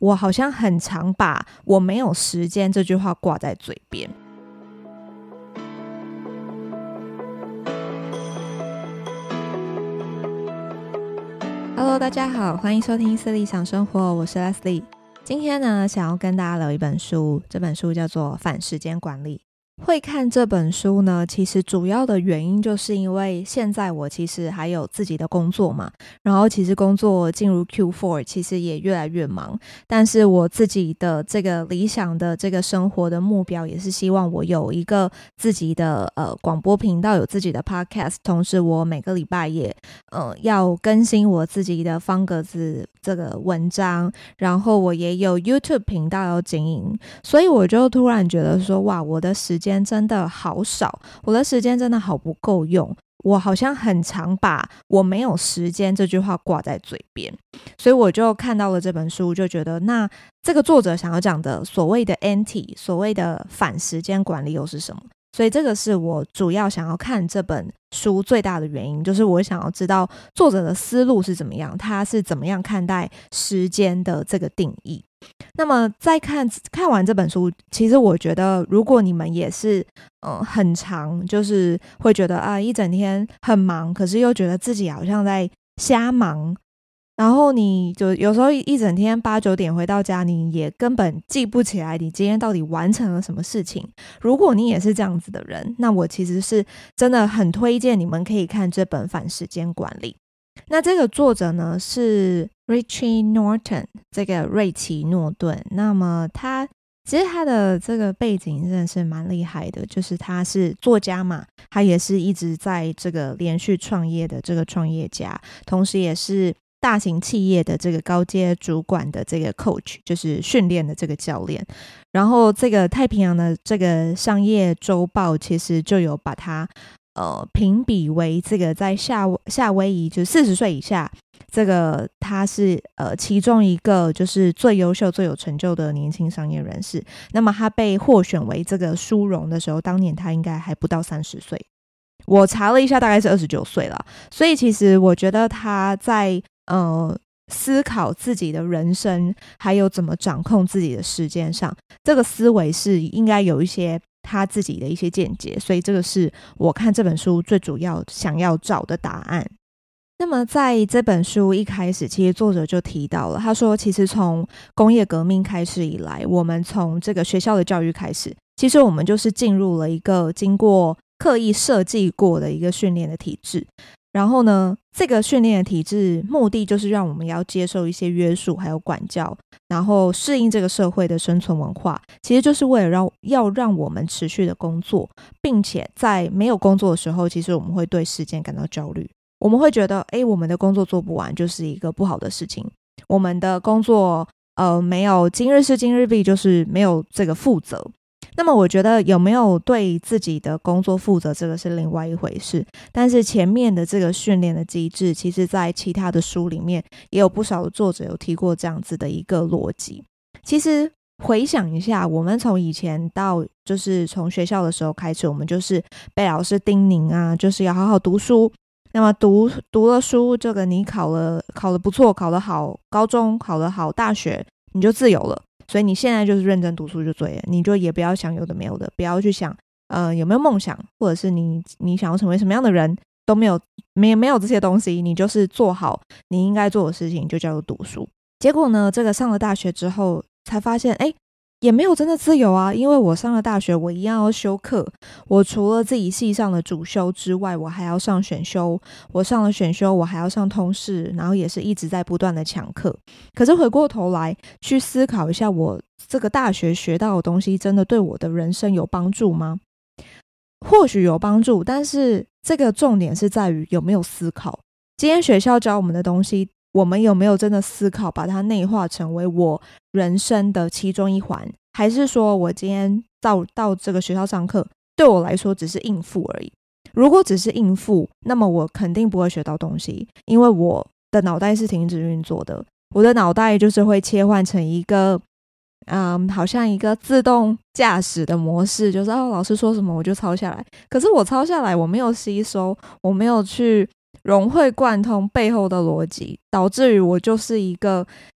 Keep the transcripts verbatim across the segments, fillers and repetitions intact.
我好像很常把我没有时间这句话挂在嘴边。Hello， 大家好，欢迎收听思理想生活，我是 Leslie。今天呢，想要跟大家聊一本书，这本书叫做《反时间管理》。会看这本书呢，其实主要的原因就是因为现在我其实还有自己的工作嘛，然后其实工作进入 Q 四 其实也越来越忙，但是我自己的这个理想的这个生活的目标也是希望我有一个自己的呃广播频道，有自己的 podcast， 同时我每个礼拜也呃要更新我自己的方格子这个文章，然后我也有 YouTube 频道要经营，所以我就突然觉得说，哇，我的时间真的好少，我的时间真的好不够用，我好像很常把我没有时间这句话挂在嘴边，所以我就看到了这本书，就觉得那这个作者想要讲的所谓的 anti， 所谓的反时间管理又是什么？所以这个是我主要想要看这本书最大的原因，就是我想要知道作者的思路是怎么样，他是怎么样看待时间的这个定义。那么在看看完这本书，其实我觉得如果你们也是呃很长，就是会觉得啊一整天很忙，可是又觉得自己好像在瞎忙，然后你就有时候一整天八九点回到家，你也根本记不起来你今天到底完成了什么事情。如果你也是这样子的人，那我其实是真的很推荐你们可以看这本《反时间管理》。那这个作者呢是 Richie Norton， 这个瑞奇诺顿。那么他其实他的这个背景真的是蛮厉害的，就是他是作家嘛，他也是一直在这个连续创业的这个创业家，同时也是大型企业的这个高阶主管的这个 coach， 就是训练的这个教练。然后这个太平洋的这个商业周报其实就有把他呃评比为这个在夏夏威夷就是四十岁以下，这个他是呃其中一个就是最优秀最有成就的年轻商业人士。那么他被获选为这个殊荣的时候，当年他应该还不到三十岁，我查了一下大概是二十九岁了。所以其实我觉得他在呃思考自己的人生还有怎么掌控自己的时间上，这个思维是应该有一些他自己的一些见解，所以这个是我看这本书最主要想要找的答案。那么在这本书一开始，其实作者就提到了，他说其实从工业革命开始以来，我们从这个学校的教育开始，其实我们就是进入了一个经过刻意设计过的一个训练的体制。然后呢，这个训练的体制目的就是让我们要接受一些约束还有管教，然后适应这个社会的生存文化，其实就是为了让要让我们持续的工作，并且在没有工作的时候，其实我们会对时间感到焦虑，我们会觉得诶我们的工作做不完就是一个不好的事情，我们的工作呃没有今日事今日毕，就是没有这个负责。那么我觉得有没有对自己的工作负责，这个是另外一回事，但是前面的这个训练的机制，其实在其他的书里面也有不少的作者有提过这样子的一个逻辑。其实回想一下，我们从以前到就是从学校的时候开始，我们就是被老师叮咛啊，就是要好好读书，那么读读了书，这个你考了考得不错，考得好高中，考得好大学，你就自由了，所以你现在就是认真读书就对了，你就也不要想有的没有的，不要去想呃有没有梦想，或者是你你想要成为什么样的人，都没有没没有这些东西，你就是做好你应该做的事情，就叫做读书。结果呢，这个上了大学之后才发现诶也没有真的自由啊，因为我上了大学，我一样要修课，我除了自己系上的主修之外，我还要上选修，我上了选修，我还要上通识，然后也是一直在不断的抢课。可是回过头来去思考一下，我这个大学学到的东西真的对我的人生有帮助吗？或许有帮助，但是这个重点是在于有没有思考。今天学校教我们的东西，我们有没有真的思考，把它内化成为我人生的其中一环，还是说我今天到到这个学校上课，对我来说只是应付而已。如果只是应付，那么我肯定不会学到东西，因为我的脑袋是停止运作的，我的脑袋就是会切换成一个嗯，好像一个自动驾驶的模式，就是哦，老师说什么我就抄下来，可是我抄下来我没有吸收，我没有去融会贯通背后的逻辑，导致于我就是一个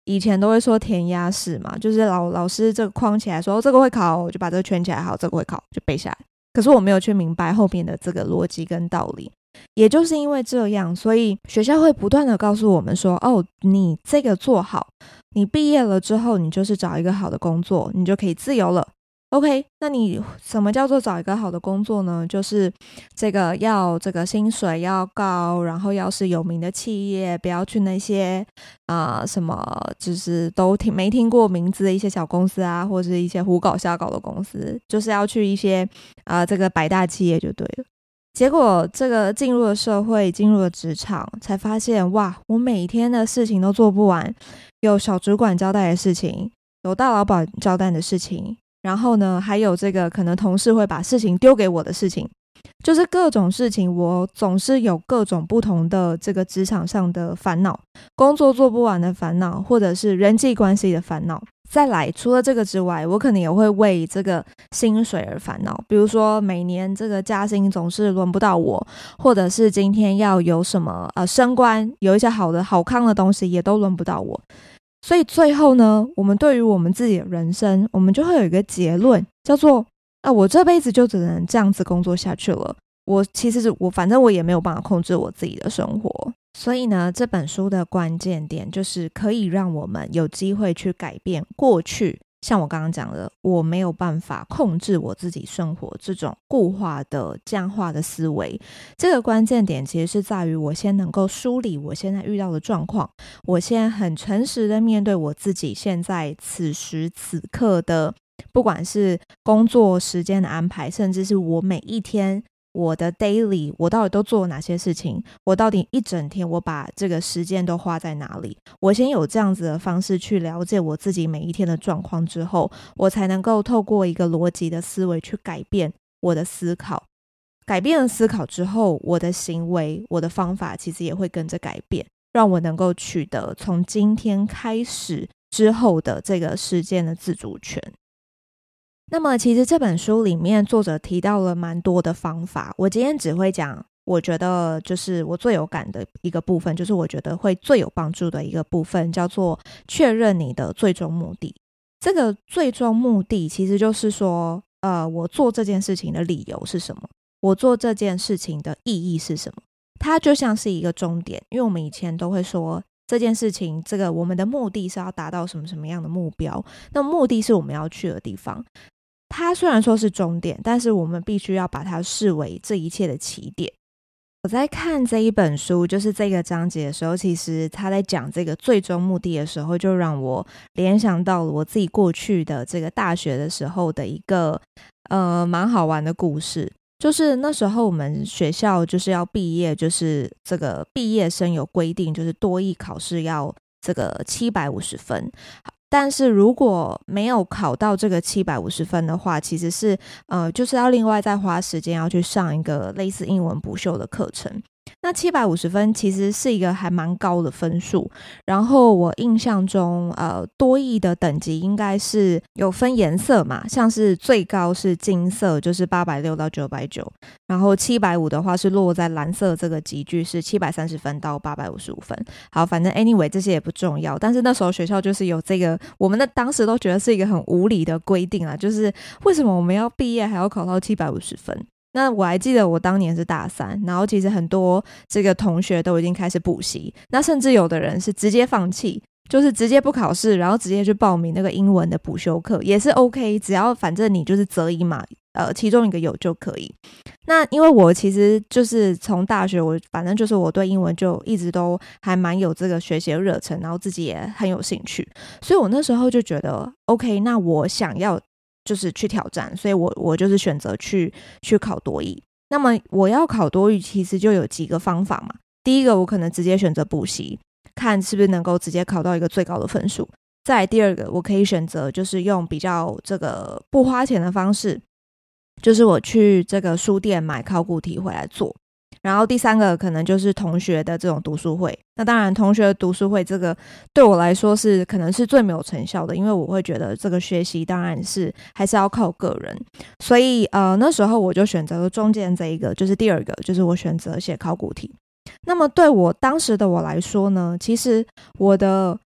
以前都会说填鸭式嘛，就是老老师这个框起来说、哦、这个会考，我就把这个圈起来，好，这个会考就背下来。可是我没有去明白后面的这个逻辑跟道理，也就是因为这样，所以学校会不断的告诉我们说，哦，你这个做好，你毕业了之后，你就是找一个好的工作，你就可以自由了。OK， 那你什么叫做找一个好的工作呢？就是这个要这个薪水要高，然后要是有名的企业，不要去那些啊、呃、什么就是都听没听过名字的一些小公司啊，或者是一些胡搞瞎搞的公司，就是要去一些啊、呃、这个百大企业就对了。结果这个进入了社会，进入了职场，才发现哇，我每天的事情都做不完，有小主管交代的事情，有大老板交代的事情，然后呢还有这个可能同事会把事情丢给我的事情，就是各种事情我总是有各种不同的这个职场上的烦恼，工作做不完的烦恼，或者是人际关系的烦恼。再来除了这个之外，我可能也会为这个薪水而烦恼，比如说每年这个加薪总是轮不到我，或者是今天要有什么呃升官，有一些好的好康的东西也都轮不到我。所以最后呢，我们对于我们自己的人生，我们就会有一个结论，叫做啊，我这辈子就只能这样子工作下去了。我其实我反正我也没有办法控制我自己的生活。所以呢，这本书的关键点就是可以让我们有机会去改变过去，像我刚刚讲的，我没有办法控制我自己生活这种固化的僵化的思维。这个关键点其实是在于我先能够梳理我现在遇到的状况，我先很诚实的面对我自己现在此时此刻的不管是工作时间的安排，甚至是我每一天我的 daily 我到底都做了哪些事情，我到底一整天我把这个时间都花在哪里，我先有这样子的方式去了解我自己每一天的状况之后，我才能够透过一个逻辑的思维去改变我的思考，改变了思考之后，我的行为我的方法其实也会跟着改变，让我能够取得从今天开始之后的这个时间的自主权。那么其实这本书里面作者提到了蛮多的方法，我今天只会讲我觉得就是我最有感的一个部分，就是我觉得会最有帮助的一个部分，叫做确认你的最终目的。这个最终目的其实就是说呃，我做这件事情的理由是什么，我做这件事情的意义是什么，它就像是一个终点。因为我们以前都会说这件事情，这个我们的目的是要达到什么什么样的目标，那目的是我们要去的地方，它虽然说是终点，但是我们必须要把它视为这一切的起点。我在看这一本书，就是这个章节的时候，其实他在讲这个最终目的的时候，就让我联想到了我自己过去的这个大学的时候的一个呃蛮好玩的故事。就是那时候我们学校就是要毕业，就是这个毕业生有规定，就是多益考试要这个七百五十分，但是如果没有考到这个七百五十分的话，其实是呃，就是要另外再花时间要去上一个类似英文补修的课程。那七百五十分其实是一个还蛮高的分数，然后我印象中呃，多益的等级应该是有分颜色嘛，像是最高是金色，就是八百六到九百九，然后七百五的话是落在蓝色这个级距，是七百三十分到八百五十五分。好，反正 anyway 这些也不重要，但是那时候学校就是有这个，我们的当时都觉得是一个很无理的规定啊，就是为什么我们要毕业还要考到七百五十分。那我还记得我当年是大三，然后其实很多这个同学都已经开始补习，那甚至有的人是直接放弃，就是直接不考试，然后直接去报名那个英文的补修课，也是 OK， 只要反正你就是择一嘛，呃，其中一个有就可以。那因为我其实就是从大学，我反正就是我对英文就一直都还蛮有这个学习的热忱，然后自己也很有兴趣，所以我那时候就觉得 OK， 那我想要就是去挑战，所以我我就是选择去去考多益。那么我要考多益其实就有几个方法嘛，第一个我可能直接选择补习，看是不是能够直接考到一个最高的分数。再来第二个我可以选择就是用比较这个不花钱的方式，就是我去这个书店买考古题回来做。然后第三个可能就是同学的这种读书会，那当然同学的读书会这个对我来说是可能是最没有成效的，因为我会觉得这个学习当然是还是要靠个人，所以呃那时候我就选择了中间这一个，就是第二个，就是我选择写考古题。那么对我当时的我来说呢，其实我的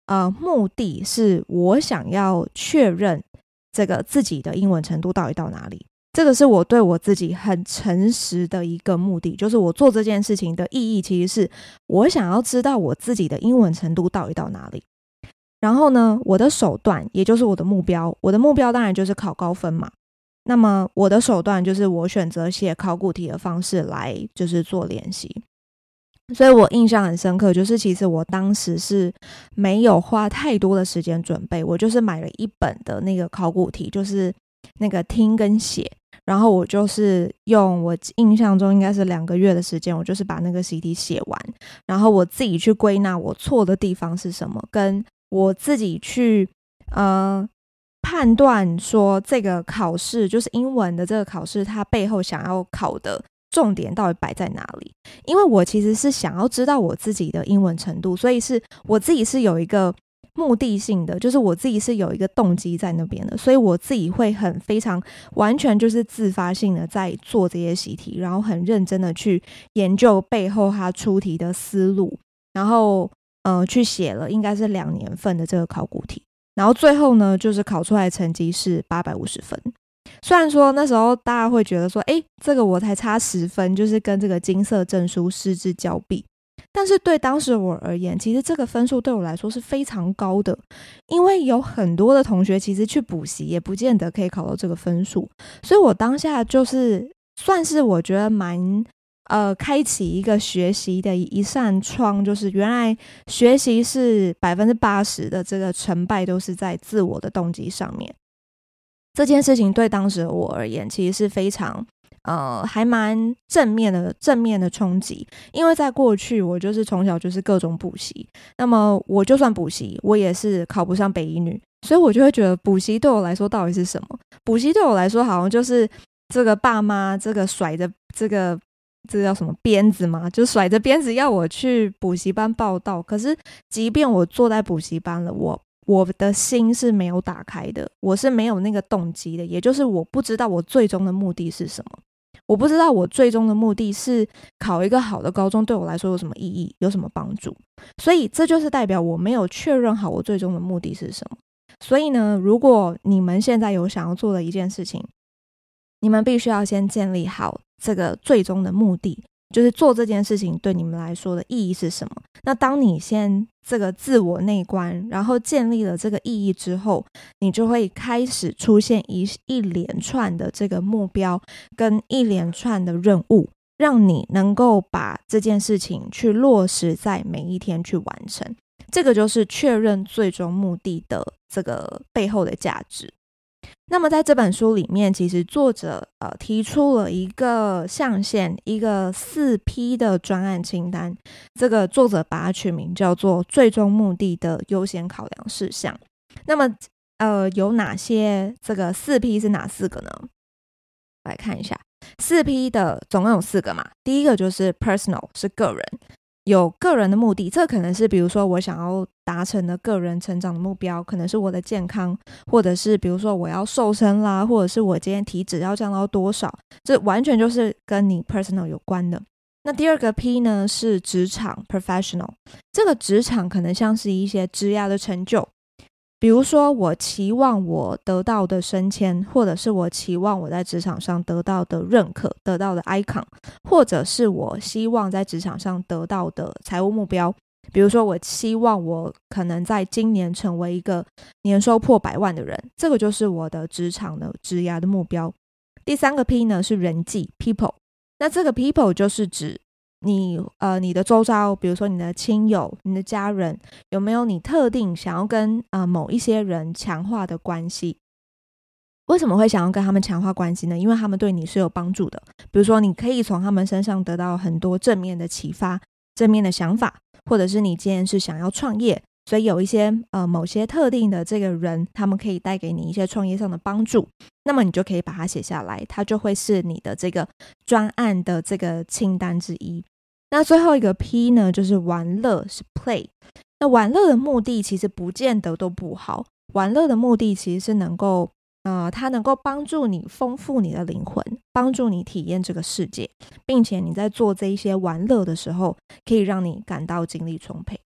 呃目的是我想要确认这个自己的英文程度到底到哪里。这个是我对我自己很诚实的一个目的，就是我做这件事情的意义其实是我想要知道我自己的英文程度到底到哪里。然后呢，我的手段也就是我的目标，我的目标当然就是考高分嘛。那么我的手段就是我选择写考古题的方式来就是做练习。所以我印象很深刻，就是其实我当时是没有花太多的时间准备，我就是买了一本的那个考古题，就是那个听跟写，然后我就是用我印象中应该是两个月的时间，我就是把那个习题写完，然后我自己去归纳我错的地方是什么，跟我自己去呃判断说这个考试就是英文的这个考试它背后想要考的重点到底摆在哪里。因为我其实是想要知道我自己的英文程度，所以是我自己是有一个目的性的，就是我自己是有一个动机在那边的，所以我自己会很非常完全就是自发性的在做这些习题，然后很认真的去研究背后他出题的思路，然后呃去写了应该是两年份的这个考古题，然后最后呢就是考出来的成绩是八百五十分。虽然说那时候大家会觉得说诶这个我才差十分，就是跟这个金色证书失之交臂，但是对当时我而言，其实这个分数对我来说是非常高的，因为有很多的同学其实去补习也不见得可以考到这个分数，所以我当下就是算是我觉得蛮呃开启一个学习的一扇窗，就是原来学习是百分之八十的这个成败都是在自我的动机上面。这件事情对当时的我而言其实是非常呃，还蛮正面的正面的冲击，因为在过去我就是从小就是各种补习，那么我就算补习我也是考不上北一女，所以我就会觉得补习对我来说到底是什么。补习对我来说好像就是这个爸妈这个甩着这个这个叫什么鞭子嘛，就甩着鞭子要我去补习班报到，可是即便我坐在补习班了，我我的心是没有打开的，我是没有那个动机的，也就是我不知道我最终的目的是什么，我不知道我最终的目的是考一个好的高中对我来说有什么意义，有什么帮助，所以这就是代表我没有确认好我最终的目的是什么。所以呢，如果你们现在有想要做的一件事情，你们必须要先建立好这个最终的目的，就是做这件事情对你们来说的意义是什么。那当你先这个自我内观，然后建立了这个意义之后，你就会开始出现一一连串的这个目标跟一连串的任务，让你能够把这件事情去落实在每一天去完成。这个就是确认最终目的的这个背后的价值。那么在这本书里面，其实作者呃提出了一个象限，一个四 P 的专案清单，这个作者把它取名叫做最终目的的优先考量事项。那么呃有哪些这个四 P 是哪四个呢？来看一下，四 P 的总共有四个嘛。第一个就是 personal， 是个人，有个人的目的，这可能是比如说我想要达成的个人成长的目标，可能是我的健康，或者是比如说我要瘦身啦，或者是我今天体脂要降到多少，这完全就是跟你 personal 有关的。那第二个 P 呢是职场 professional， 这个职场可能像是一些职业的成就，比如说我期望我得到的升迁，或者是我期望我在职场上得到的认可，得到的 icon， 或者是我希望在职场上得到的财务目标，比如说我希望我可能在今年成为一个年收破百万的人，这个就是我的职场的职涯的目标。第三个 P 呢是人际 people， 那这个 people 就是指你呃你的周遭，比如说你的亲友、你的家人，有没有你特定想要跟呃某一些人强化的关系？为什么会想要跟他们强化关系呢？因为他们对你是有帮助的，比如说你可以从他们身上得到很多正面的启发、正面的想法，或者是你今天是想要创业，所以有一些呃某些特定的这个人，他们可以带给你一些创业上的帮助，那么你就可以把它写下来，它就会是你的这个专案的这个清单之一。那最后一个 P 呢就是玩乐，是 play。 那玩乐的目的其实不见得都不好，玩乐的目的其实是能够呃，它能够帮助你丰富你的灵魂，帮助你体验这个世界，并且你在做这一些玩乐的时候可以让你感到精力充沛。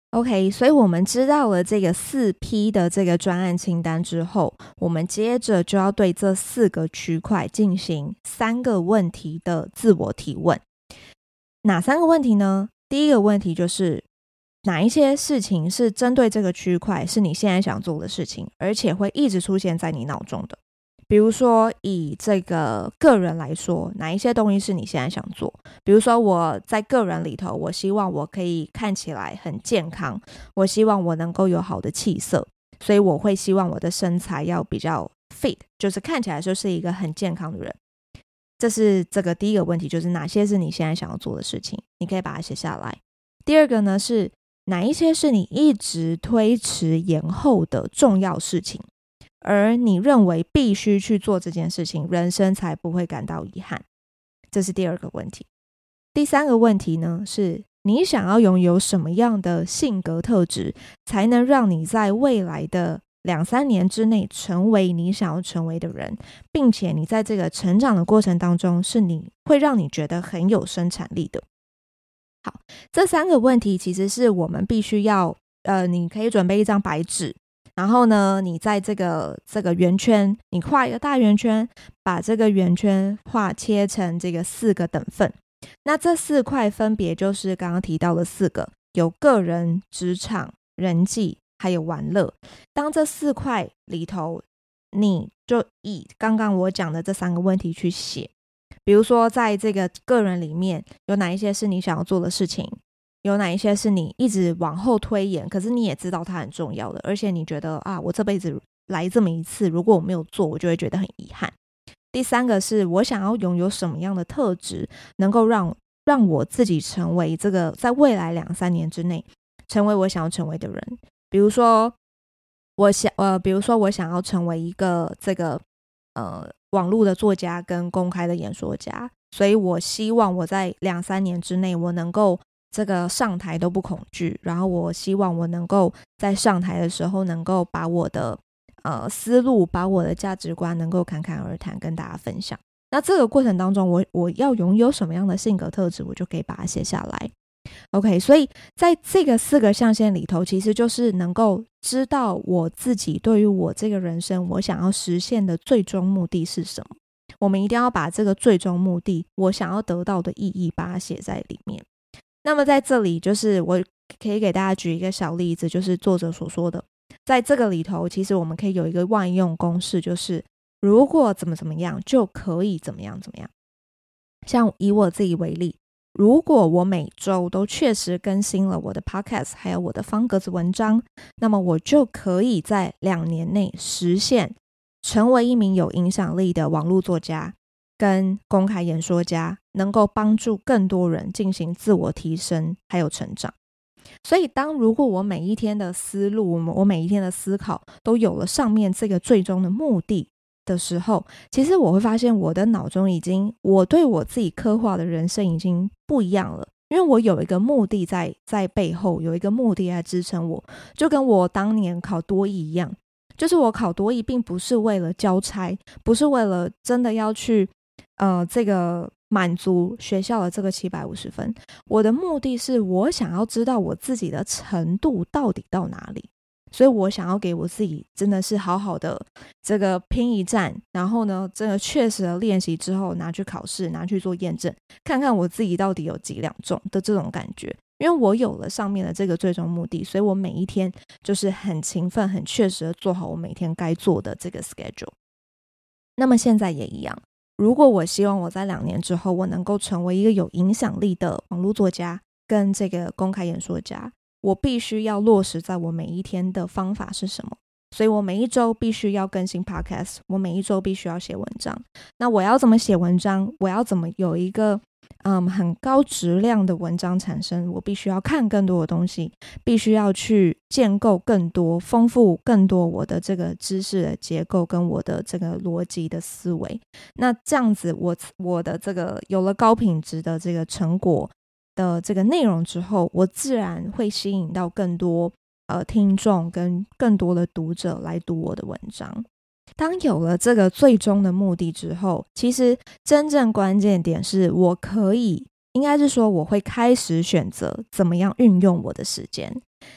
OK， 所以我们知道了这个四 P 的这个专案清单之后，我们接着就要对这四个区块进行三个问题的自我提问。哪三个问题呢？第一个问题就是哪一些事情是针对这个区块是你现在想做的事情，而且会一直出现在你脑中的。比如说以这个个人来说，哪一些东西是你现在想做？比如说我在个人里头，我希望我可以看起来很健康，我希望我能够有好的气色，所以我会希望我的身材要比较 fit， 就是看起来就是一个很健康的人。这是这个第一个问题，就是哪些是你现在想要做的事情，你可以把它写下来。第二个呢，是哪一些是你一直推迟延后的重要事情，而你认为必须去做这件事情，人生才不会感到遗憾。这是第二个问题。第三个问题呢，是你想要拥有什么样的性格特质，才能让你在未来的两三年之内成为你想要成为的人，并且你在这个成长的过程当中，是你会让你觉得很有生产力的。好，这三个问题其实是我们必须要呃，你可以准备一张白纸，然后呢，你在这个这个圆圈，你画一个大圆圈，把这个圆圈画切成这个四个等份。那这四块分别就是刚刚提到的四个，有个人、职场、人际还有玩乐。当这四块里头，你就以刚刚我讲的这三个问题去写。比如说在这个个人里面，有哪一些是你想要做的事情，有哪一些是你一直往后推延，可是你也知道它很重要的，而且你觉得啊，我这辈子来这么一次，如果我没有做，我就会觉得很遗憾。第三个是我想要拥有什么样的特质，能够让让我自己成为这个在未来两三年之内成为我想要成为的人。比如说我想呃，比如说我想要成为一个这个呃网络的作家跟公开的演说家，所以我希望我在两三年之内我能够这个上台都不恐惧，然后我希望我能够在上台的时候能够把我的呃思路，把我的价值观能够侃侃而谈跟大家分享。那这个过程当中我我要拥有什么样的性格特质，我就可以把它写下来。 OK， 所以在这个四个象限里头，其实就是能够知道我自己对于我这个人生我想要实现的最终目的是什么。我们一定要把这个最终目的，我想要得到的意义，把它写在里面。那么在这里就是我可以给大家举一个小例子，就是作者所说的，在这个里头其实我们可以有一个万用公式，就是如果怎么怎么样就可以怎么样怎么样。像以我自己为例，如果我每周都确实更新了我的 podcast 还有我的方格子文章，那么我就可以在两年内实现成为一名有影响力的网络作家跟公开演说家，能够帮助更多人进行自我提升还有成长。所以当如果我每一天的思路，我每一天的思考都有了上面这个最终的目的的时候，其实我会发现我的脑中已经，我对我自己刻画的人生已经不一样了，因为我有一个目的在在背后，有一个目的来支撑我。就跟我当年考多益一样，就是我考多益并不是为了交差，不是为了真的要去呃这个满足学校的这个七百五十分，我的目的是我想要知道我自己的程度到底到哪里。所以我想要给我自己真的是好好的这个拼一战，然后呢真的确实的练习之后拿去考试，拿去做验证，看看我自己到底有几两重的这种感觉。因为我有了上面的这个最终目的，所以我每一天就是很勤奋很确实的做好我每天该做的这个 schedule。 那么现在也一样，如果我希望我在两年之后我能够成为一个有影响力的网络作家跟这个公开演说家，我必须要落实在我每一天的方法是什么。所以我每一周必须要更新 podcast， 我每一周必须要写文章。那我要怎么写文章，我要怎么有一个嗯很高质量的文章产生，我必须要看更多的东西，必须要去建构更多，丰富更多我的这个知识的结构跟我的这个逻辑的思维。那这样子我我的这个有了高品质的这个成果的这个内容之后，我自然会吸引到更多呃听众跟更多的读者来读我的文章。当有了这个最终的目的之后，其实真正关键点是我可以，应该是说我会开始选择怎么样运用我的时间。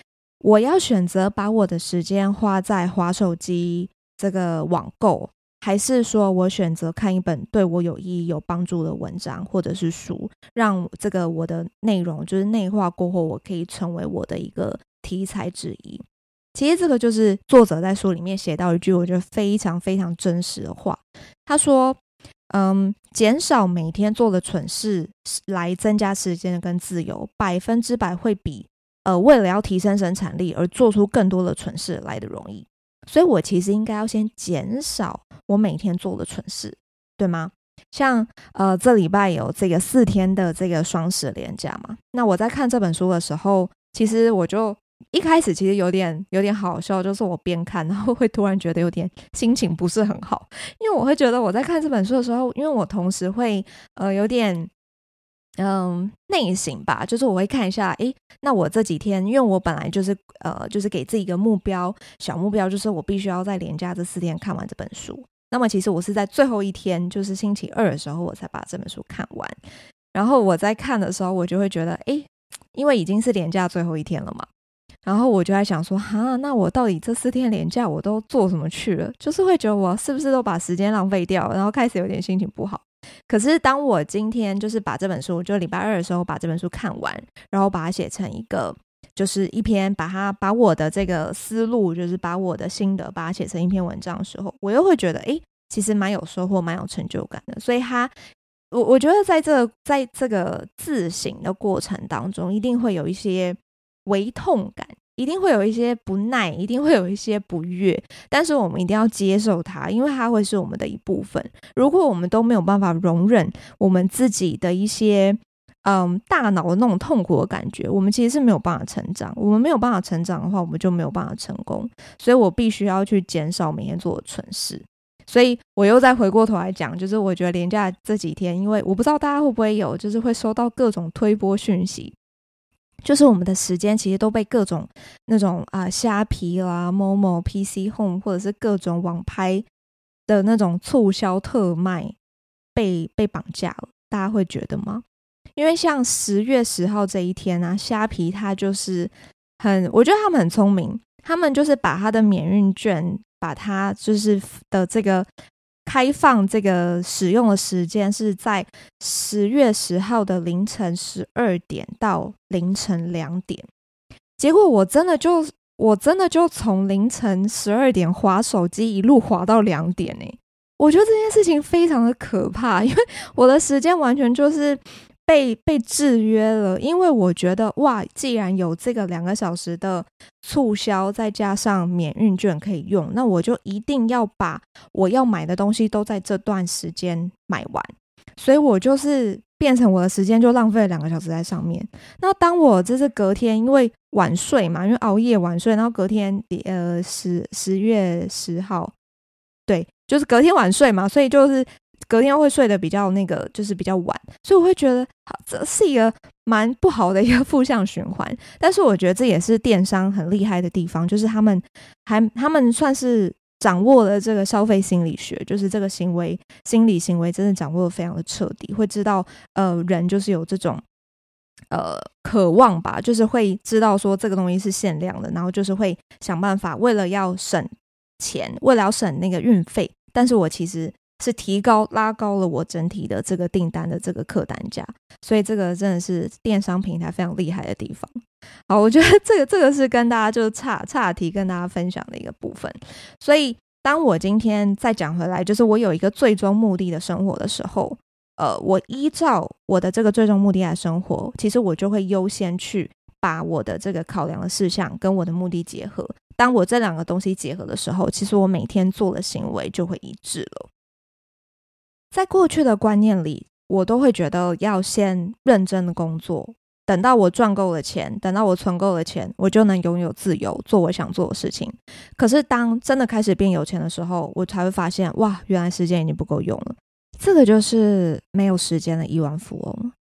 我要选择把我的时间花在滑手机这个网购，还是说我选择看一本对我有意义有帮助的文章或者是书，让这个我的内容就是内化过后，我可以成为我的一个题材之一。其实这个就是作者在书里面写到一句我觉得非常非常真实的话，他说嗯，减少每天做的蠢事来增加时间跟自由，百分之百会比呃为了要提升生产力而做出更多的蠢事来的容易。所以我其实应该要先减少我每天做的蠢事，对吗？像呃这礼拜有这个四天的这个双十连假嘛，那我在看这本书的时候，其实我就一开始其实有点有点好笑，就是我边看然后会突然觉得有点心情不是很好，因为我会觉得我在看这本书的时候，因为我同时会呃有点嗯内省吧，就是我会看一下，诶，那我这几天，因为我本来就是呃就是给自己一个目标，小目标就是我必须要在连假这四天看完这本书。那么其实我是在最后一天，就是星期二的时候我才把这本书看完。然后我在看的时候，我就会觉得，诶，因为已经是连假最后一天了嘛，然后我就在想说，哈，那我到底这四天连假我都做什么去了？就是会觉得我是不是都把时间浪费掉了，然后开始有点心情不好。可是当我今天就是把这本书，就礼拜二的时候把这本书看完，然后把它写成一个就是一篇，把它把我的这个思路，就是把我的心得把它写成一篇文章的时候，我又会觉得诶，其实蛮有收获蛮有成就感的。所以它我我觉得在这在这个自省的过程当中，一定会有一些微痛感，一定会有一些不耐，一定会有一些不悦，但是我们一定要接受它，因为它会是我们的一部分。如果我们都没有办法容忍我们自己的一些嗯大脑的那种痛苦的感觉，我们其实是没有办法成长。我们没有办法成长的话，我们就没有办法成功。所以我必须要去减少每天做的蠢事。所以我又再回过头来讲，就是我觉得连假这几天，因为我不知道大家会不会有，就是会收到各种推播讯息，就是我们的时间其实都被各种那种啊虾皮啦、某某 P C Home 或者是各种网拍的那种促销特卖被被绑架了，大家会觉得吗？因为像十月十号这一天啊，虾皮它就是很，我觉得他们很聪明，他们就是把它的免运券，把它就是的这个开放这个使用的时间是在十月十号的凌晨十二点到凌晨两点。结果我真的就我真的就从凌晨十二点滑手机一路滑到两点欸。我觉得这件事情非常的可怕，因为我的时间完全就是被被制约了。因为我觉得哇，既然有这个两个小时的促销，再加上免运券可以用，那我就一定要把我要买的东西都在这段时间买完。所以我就是变成我的时间就浪费了两个小时在上面。那当我这是隔天，因为晚睡嘛，因为熬夜晚睡，然后隔天呃十十月十号，对，就是隔天晚睡嘛，所以就是隔天会睡得比较那个，就是比较晚，所以我会觉得好，这是一个蛮不好的一个负向循环。但是我觉得这也是电商很厉害的地方，就是他们还他们算是掌握了这个消费心理学，就是这个行为心理行为真的掌握得非常的彻底，会知道呃人就是有这种呃渴望吧，就是会知道说这个东西是限量的，然后就是会想办法为了要省钱，为了要省那个运费，但是我其实是提高拉高了我整体的这个订单的这个客单价。所以这个真的是电商平台非常厉害的地方。好，我觉得这个这个是跟大家就岔岔题跟大家分享的一个部分。所以当我今天再讲回来，就是我有一个最终目的的生活的时候，呃，我依照我的这个最终目的来生活，其实我就会优先去把我的这个考量的事项跟我的目的结合。当我这两个东西结合的时候，其实我每天做的行为就会一致了。在过去的观念里，我都会觉得要先认真的工作，等到我赚够了钱，等到我存够了钱，我就能拥有自由，做我想做的事情。可是当真的开始变有钱的时候，我才会发现，哇，原来时间已经不够用了。这个就是没有时间的亿万富翁。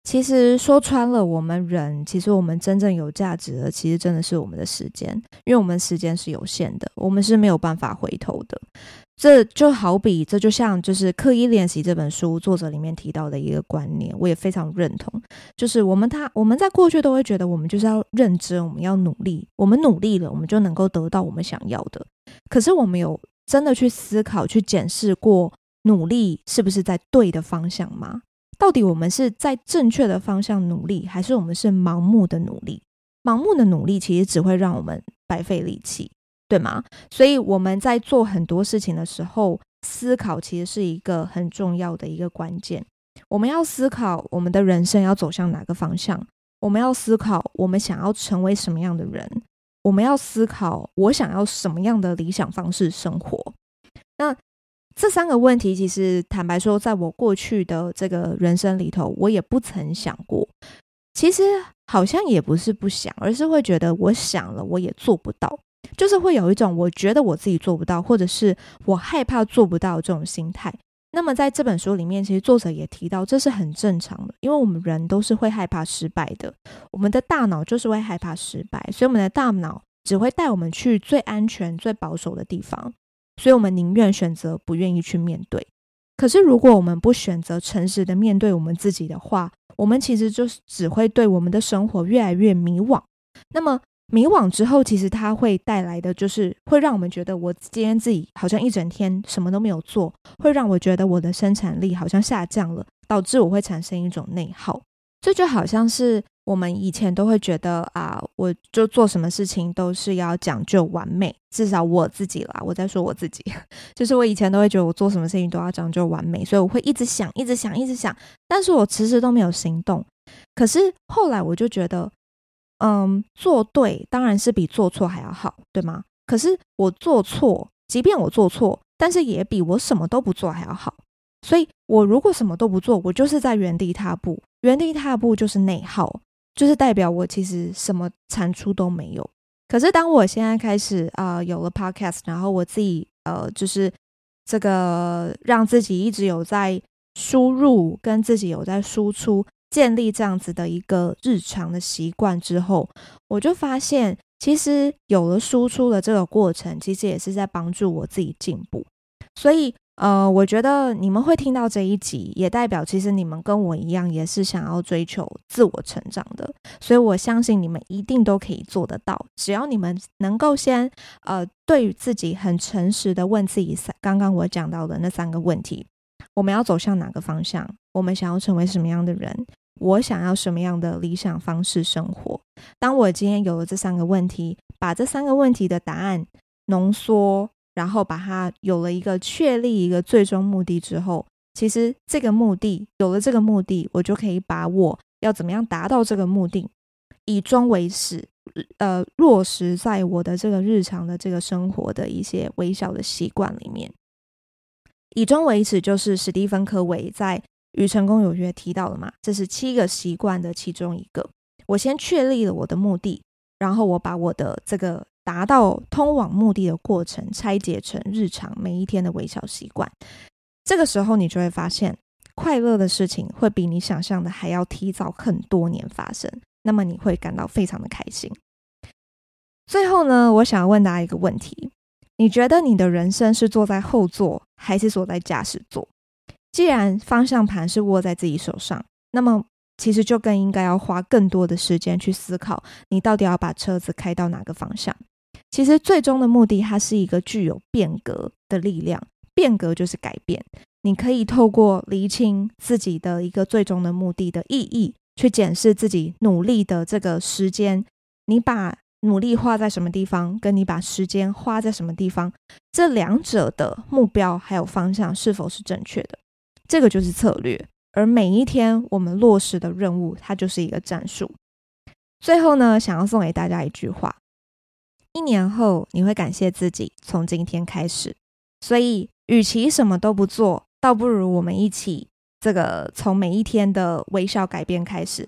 其实说穿了，我们人其实我们真正有价值的，其实真的是我们的时间，因为我们时间是有限的，我们是没有办法回头的。这就好比，这就像就是刻意练习这本书作者里面提到的一个观念，我也非常认同。就是我们他我们在过去都会觉得我们就是要认真，我们要努力，我们努力了，我们就能够得到我们想要的。可是我们有真的去思考、去检视过，努力是不是在对的方向吗？到底我们是在正确的方向努力，还是我们是盲目的努力？盲目的努力其实只会让我们白费力气，对吗？所以我们在做很多事情的时候，思考其实是一个很重要的一个关键。我们要思考我们的人生要走向哪个方向，我们要思考我们想要成为什么样的人，我们要思考我想要什么样的理想方式生活。那这三个问题其实坦白说，在我过去的这个人生里头，我也不曾想过。其实好像也不是不想，而是会觉得我想了我也做不到，就是会有一种我觉得我自己做不到，或者是我害怕做不到这种心态。那么在这本书里面，其实作者也提到这是很正常的，因为我们人都是会害怕失败的，我们的大脑就是会害怕失败，所以我们的大脑只会带我们去最安全最保守的地方，所以我们宁愿选择不愿意去面对。可是如果我们不选择诚实的面对我们自己的话，我们其实就是只会对我们的生活越来越迷惘。那么迷惘之后，其实它会带来的就是会让我们觉得我今天自己好像一整天什么都没有做，会让我觉得我的生产力好像下降了，导致我会产生一种内耗。这就好像是我们以前都会觉得啊，我就做什么事情都是要讲究完美，至少我自己啦，我在说我自己，就是我以前都会觉得我做什么事情都要讲究完美，所以我会一直想一直想一直想，但是我迟迟都没有行动。可是后来我就觉得嗯，做对当然是比做错还要好，对吗？可是我做错，即便我做错，但是也比我什么都不做还要好。所以我如果什么都不做，我就是在原地踏步，原地踏步就是内耗，就是代表我其实什么产出都没有。可是当我现在开始呃有了 podcast， 然后我自己呃就是这个让自己一直有在输入跟自己有在输出，建立这样子的一个日常的习惯之后，我就发现其实有了输出的这个过程，其实也是在帮助我自己进步。所以呃，我觉得你们会听到这一集，也代表其实你们跟我一样，也是想要追求自我成长的。所以我相信你们一定都可以做得到，只要你们能够先呃，对于自己很诚实的问自己刚刚我讲到的那三个问题：我们要走向哪个方向？我们想要成为什么样的人？我想要什么样的理想方式生活？当我今天有了这三个问题，把这三个问题的答案浓缩，然后把它有了一个确立一个最终目的之后，其实这个目的有了这个目的，我就可以把我要怎么样达到这个目的以终为始，呃，落实在我的这个日常的这个生活的一些微小的习惯里面。以终为始就是史蒂芬科维在与成功有约提到的嘛，这是七个习惯的其中一个。我先确立了我的目的，然后我把我的这个达到通往目的的过程拆解成日常每一天的微小习惯。这个时候你就会发现，快乐的事情会比你想象的还要提早很多年发生，那么你会感到非常的开心。最后呢，我想要问大家一个问题，你觉得你的人生是坐在后座还是坐在驾驶座？既然方向盘是握在自己手上，那么其实就更应该要花更多的时间去思考，你到底要把车子开到哪个方向。其实最终的目的，它是一个具有变革的力量，变革就是改变。你可以透过厘清自己的一个最终的目的的意义，去检视自己努力的这个时间，你把努力花在什么地方，跟你把时间花在什么地方，这两者的目标还有方向是否是正确的，这个就是策略。而每一天我们落实的任务，它就是一个战术。最后呢，想要送给大家一句话，一年后你会感谢自己从今天开始。所以与其什么都不做，倒不如我们一起这个从每一天的微笑改变开始。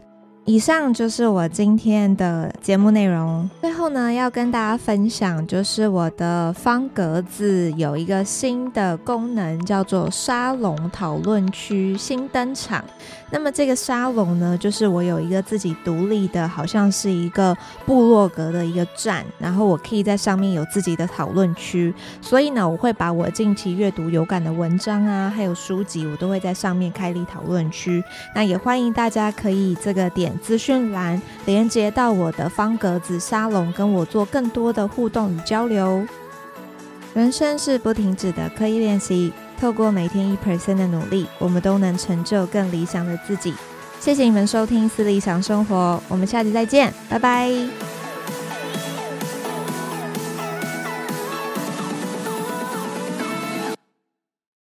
以上就是我今天的节目内容。最后呢，要跟大家分享，就是我的方格子有一个新的功能，叫做沙龙讨论区新登场。那么这个沙龙呢，就是我有一个自己独立的，好像是一个部落格的一个站，然后我可以在上面有自己的讨论区。所以呢，我会把我近期阅读有感的文章啊，还有书籍，我都会在上面开立讨论区。那也欢迎大家可以这个点资讯栏连接到我的方格子沙龙，跟我做更多的互动与交流。人生是不停止的刻意练习，透过每天 百分之一 的努力，我们都能成就更理想的自己。谢谢你们收听私理想生活，我们下期再见，拜拜。